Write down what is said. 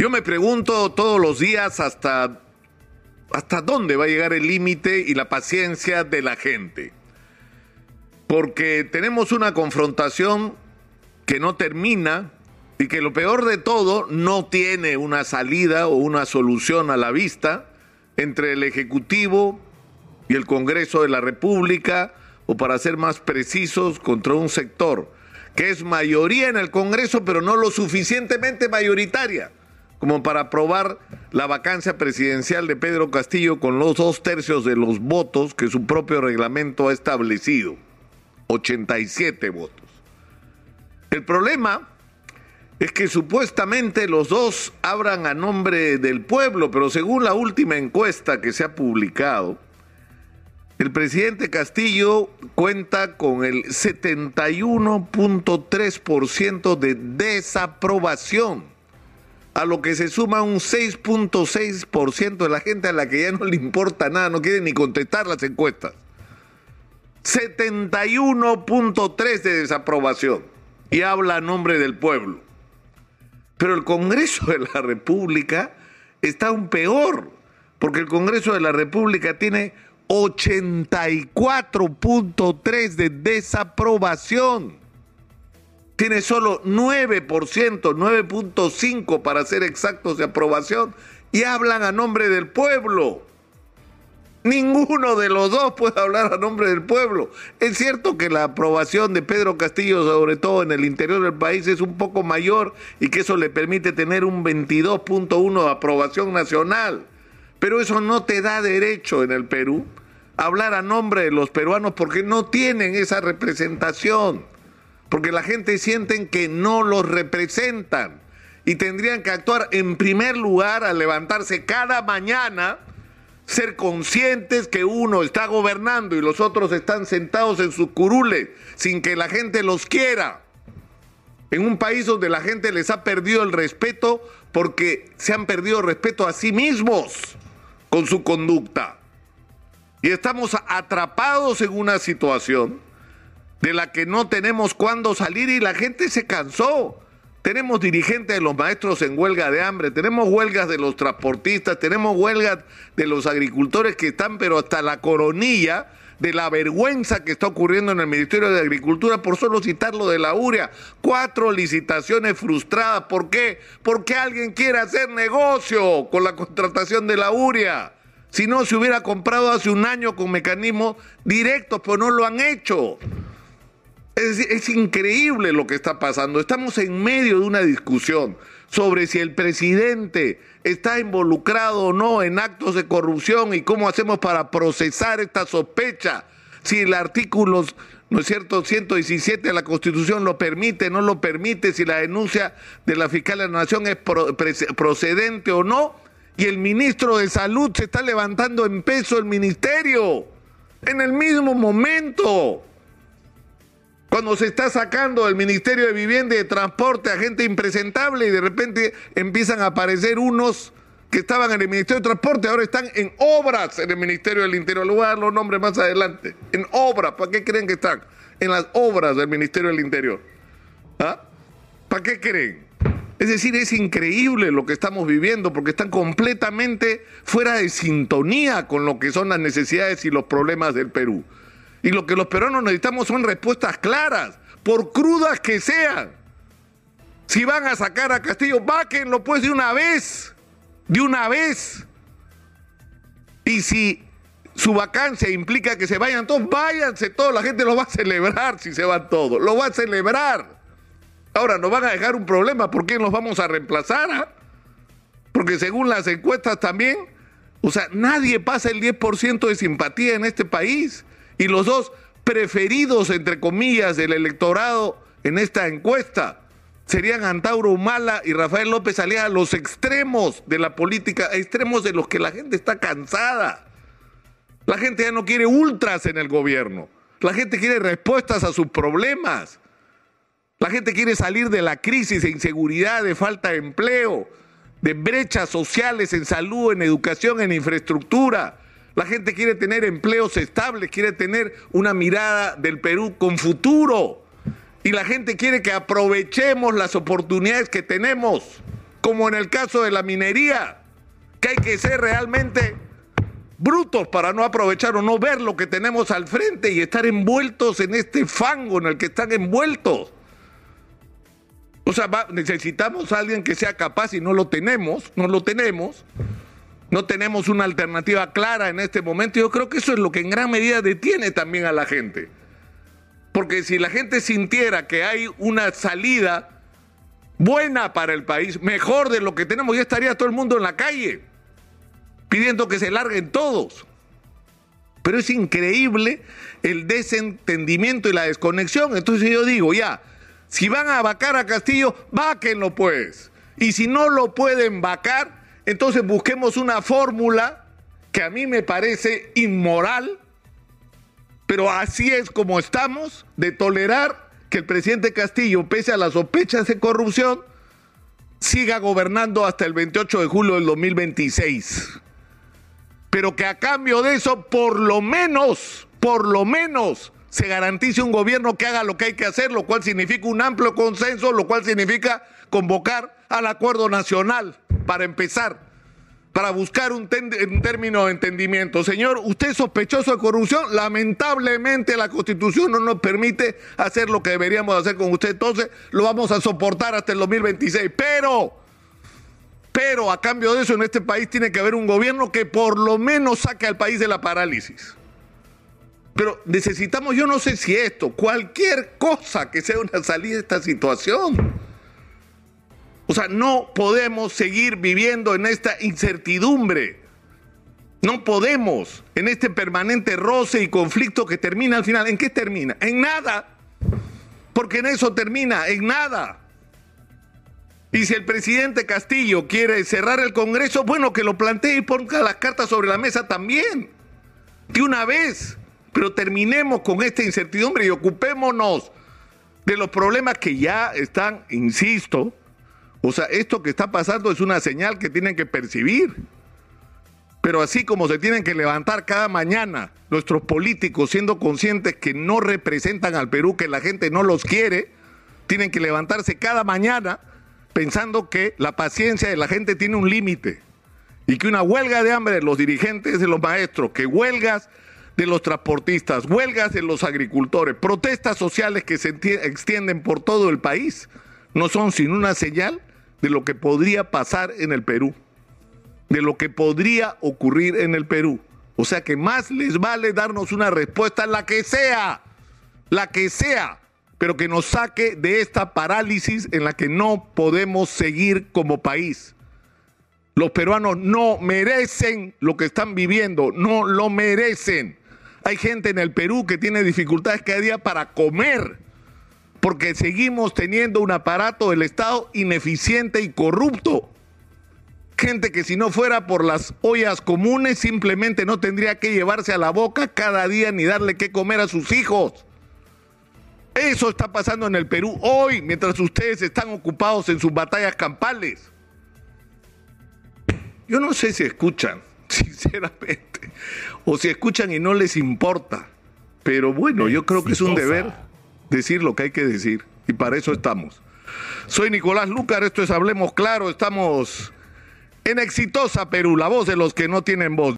Yo me pregunto todos los días hasta dónde va a llegar el límite y la paciencia de la gente. Porque tenemos una confrontación que no termina y que lo peor de todo no tiene una salida o una solución a la vista entre el Ejecutivo y el Congreso de la República, o para ser más precisos, contra un sector que es mayoría en el Congreso, pero no lo suficientemente mayoritaria como para aprobar la vacancia presidencial de Pedro Castillo con los 2/3 de los votos que su propio reglamento ha establecido, 87 votos. El problema es que supuestamente los dos hablan a nombre del pueblo, pero según la última encuesta que se ha publicado, el presidente Castillo cuenta con el 71.3% de desaprobación, a lo que se suma un 6.6% de la gente a la que ya no le importa nada, no quiere ni contestar las encuestas. 71.3% de desaprobación y habla a nombre del pueblo. Pero el Congreso de la República está aún peor, porque el Congreso de la República tiene 84.3% de desaprobación. Tiene solo 9%, 9.5% para ser exactos, de aprobación, y hablan a nombre del pueblo. Ninguno de los dos puede hablar a nombre del pueblo. Es cierto que la aprobación de Pedro Castillo, sobre todo en el interior del país, es un poco mayor y que eso le permite tener un 22.1% de aprobación nacional. Pero eso no te da derecho en el Perú a hablar a nombre de los peruanos, porque no tienen esa representación. Porque la gente siente que no los representan y tendrían que actuar en primer lugar al levantarse cada mañana, ser conscientes que uno está gobernando y los otros están sentados en sus curules sin que la gente los quiera. En un país donde la gente les ha perdido el respeto porque se han perdido respeto a sí mismos con su conducta. Y estamos atrapados en una situación de la que no tenemos cuándo salir y la gente se cansó. Tenemos dirigentes de los maestros en huelga de hambre, tenemos huelgas de los transportistas, tenemos huelgas de los agricultores que están pero hasta la coronilla de la vergüenza que está ocurriendo en el Ministerio de Agricultura, por solo citar lo de la urea. 4 licitaciones frustradas. ¿Por qué? Porque alguien quiere hacer negocio con la contratación de la urea. Si no, se hubiera comprado hace un año con mecanismos directos, pero no lo han hecho. Es increíble lo que está pasando. Estamos en medio de una discusión sobre si el presidente está involucrado o no en actos de corrupción y cómo hacemos para procesar esta sospecha. Si el artículo, ¿no es cierto?, 117 de la Constitución lo permite, no lo permite, si la denuncia de la fiscal de la Nación es procedente o no. Y el ministro de Salud se está levantando en peso el ministerio en el mismo momento, cuando se está sacando del Ministerio de Vivienda y de Transporte a gente impresentable y de repente empiezan a aparecer unos que estaban en el Ministerio de Transporte, ahora están en obras en el Ministerio del Interior. Les voy a dar los nombres más adelante. En obras, ¿para qué creen que están? En las obras del Ministerio del Interior. ¿Ah? ¿Para qué creen? Es decir, es increíble lo que estamos viviendo porque están completamente fuera de sintonía con lo que son las necesidades y los problemas del Perú. Y lo que los peruanos necesitamos son respuestas claras, por crudas que sean. Si van a sacar a Castillo, váquenlo pues de una vez. Y si su vacancia implica que se vayan todos, váyanse todos. La gente lo va a celebrar si se van todos, lo va a celebrar. Ahora nos van a dejar un problema, ¿por qué nos vamos a reemplazar? Porque según las encuestas también, nadie pasa el 10% de simpatía en este país. Y los dos preferidos, entre comillas, del electorado en esta encuesta serían Antauro Humala y Rafael López Aliaga, los extremos de la política, extremos de los que la gente está cansada. La gente ya no quiere ultras en el gobierno. La gente quiere respuestas a sus problemas. La gente quiere salir de la crisis de inseguridad, de falta de empleo, de brechas sociales en salud, en educación, en infraestructura. La gente quiere tener empleos estables, quiere tener una mirada del Perú con futuro. Y la gente quiere que aprovechemos las oportunidades que tenemos. como en el caso de la minería, que hay que ser realmente brutos para no aprovechar o no ver lo que tenemos al frente y estar envueltos en este fango en el que están envueltos. O sea, necesitamos a alguien que sea capaz y no lo tenemos. No tenemos una alternativa clara en este momento. Yo creo que eso es lo que en gran medida detiene también a la gente. Porque si la gente sintiera que hay una salida buena para el país, mejor de lo que tenemos, ya estaría todo el mundo en la calle pidiendo que se larguen todos. Pero es increíble el desentendimiento y la desconexión. Entonces yo digo, ya, si van a vacar a Castillo, váquenlo pues. Y si no lo pueden vacar, entonces busquemos una fórmula que a mí me parece inmoral, pero así es como estamos, de tolerar que el presidente Castillo, pese a las sospechas de corrupción, siga gobernando hasta el 28 de julio del 2026. Pero que a cambio de eso, por lo menos, se garantice un gobierno que haga lo que hay que hacer, lo cual significa un amplio consenso, lo cual significa convocar al acuerdo nacional para empezar, para buscar un término de entendimiento. Señor, usted es sospechoso de corrupción, lamentablemente la Constitución no nos permite hacer lo que deberíamos hacer con usted, entonces lo vamos a soportar hasta el 2026, pero a cambio de eso en este país tiene que haber un gobierno que por lo menos saque al país de la parálisis. Pero necesitamos, yo no sé si esto, cualquier cosa que sea una salida de esta situación. O sea, no podemos seguir viviendo en esta incertidumbre. No podemos, en este permanente roce y conflicto que termina al final. ¿En qué termina? En nada. Porque en eso termina, en nada. Y si el presidente Castillo quiere cerrar el Congreso, bueno, que lo plantee y ponga las cartas sobre la mesa también. De una vez. Pero terminemos con esta incertidumbre y ocupémonos de los problemas que ya están, insisto. O sea, esto que está pasando es una señal que tienen que percibir. Pero así como se tienen que levantar cada mañana nuestros políticos siendo conscientes que no representan al Perú, que la gente no los quiere, tienen que levantarse cada mañana pensando que la paciencia de la gente tiene un límite y que una huelga de hambre de los dirigentes, de los maestros, que huelgas de los transportistas, huelgas de los agricultores, protestas sociales que se extienden por todo el país, no son sino una señal de lo que podría pasar en el Perú, de lo que podría ocurrir en el Perú. O sea que más les vale darnos una respuesta, la que sea, pero que nos saque de esta parálisis en la que no podemos seguir como país. Los peruanos no merecen lo que están viviendo, no lo merecen. Hay gente en el Perú que tiene dificultades cada día para comer, porque seguimos teniendo un aparato del Estado ineficiente y corrupto. Gente que si no fuera por las ollas comunes simplemente no tendría que llevarse a la boca cada día ni darle qué comer a sus hijos. Eso está pasando en el Perú hoy, mientras ustedes están ocupados en sus batallas campales. Yo no sé si escuchan, sinceramente, o si escuchan y no les importa. Pero bueno, yo creo que es un deber decir lo que hay que decir, y para eso estamos. Soy Nicolás Lucar, esto es Hablemos Claro, estamos en Exitosa Perú, la voz de los que no tienen voz.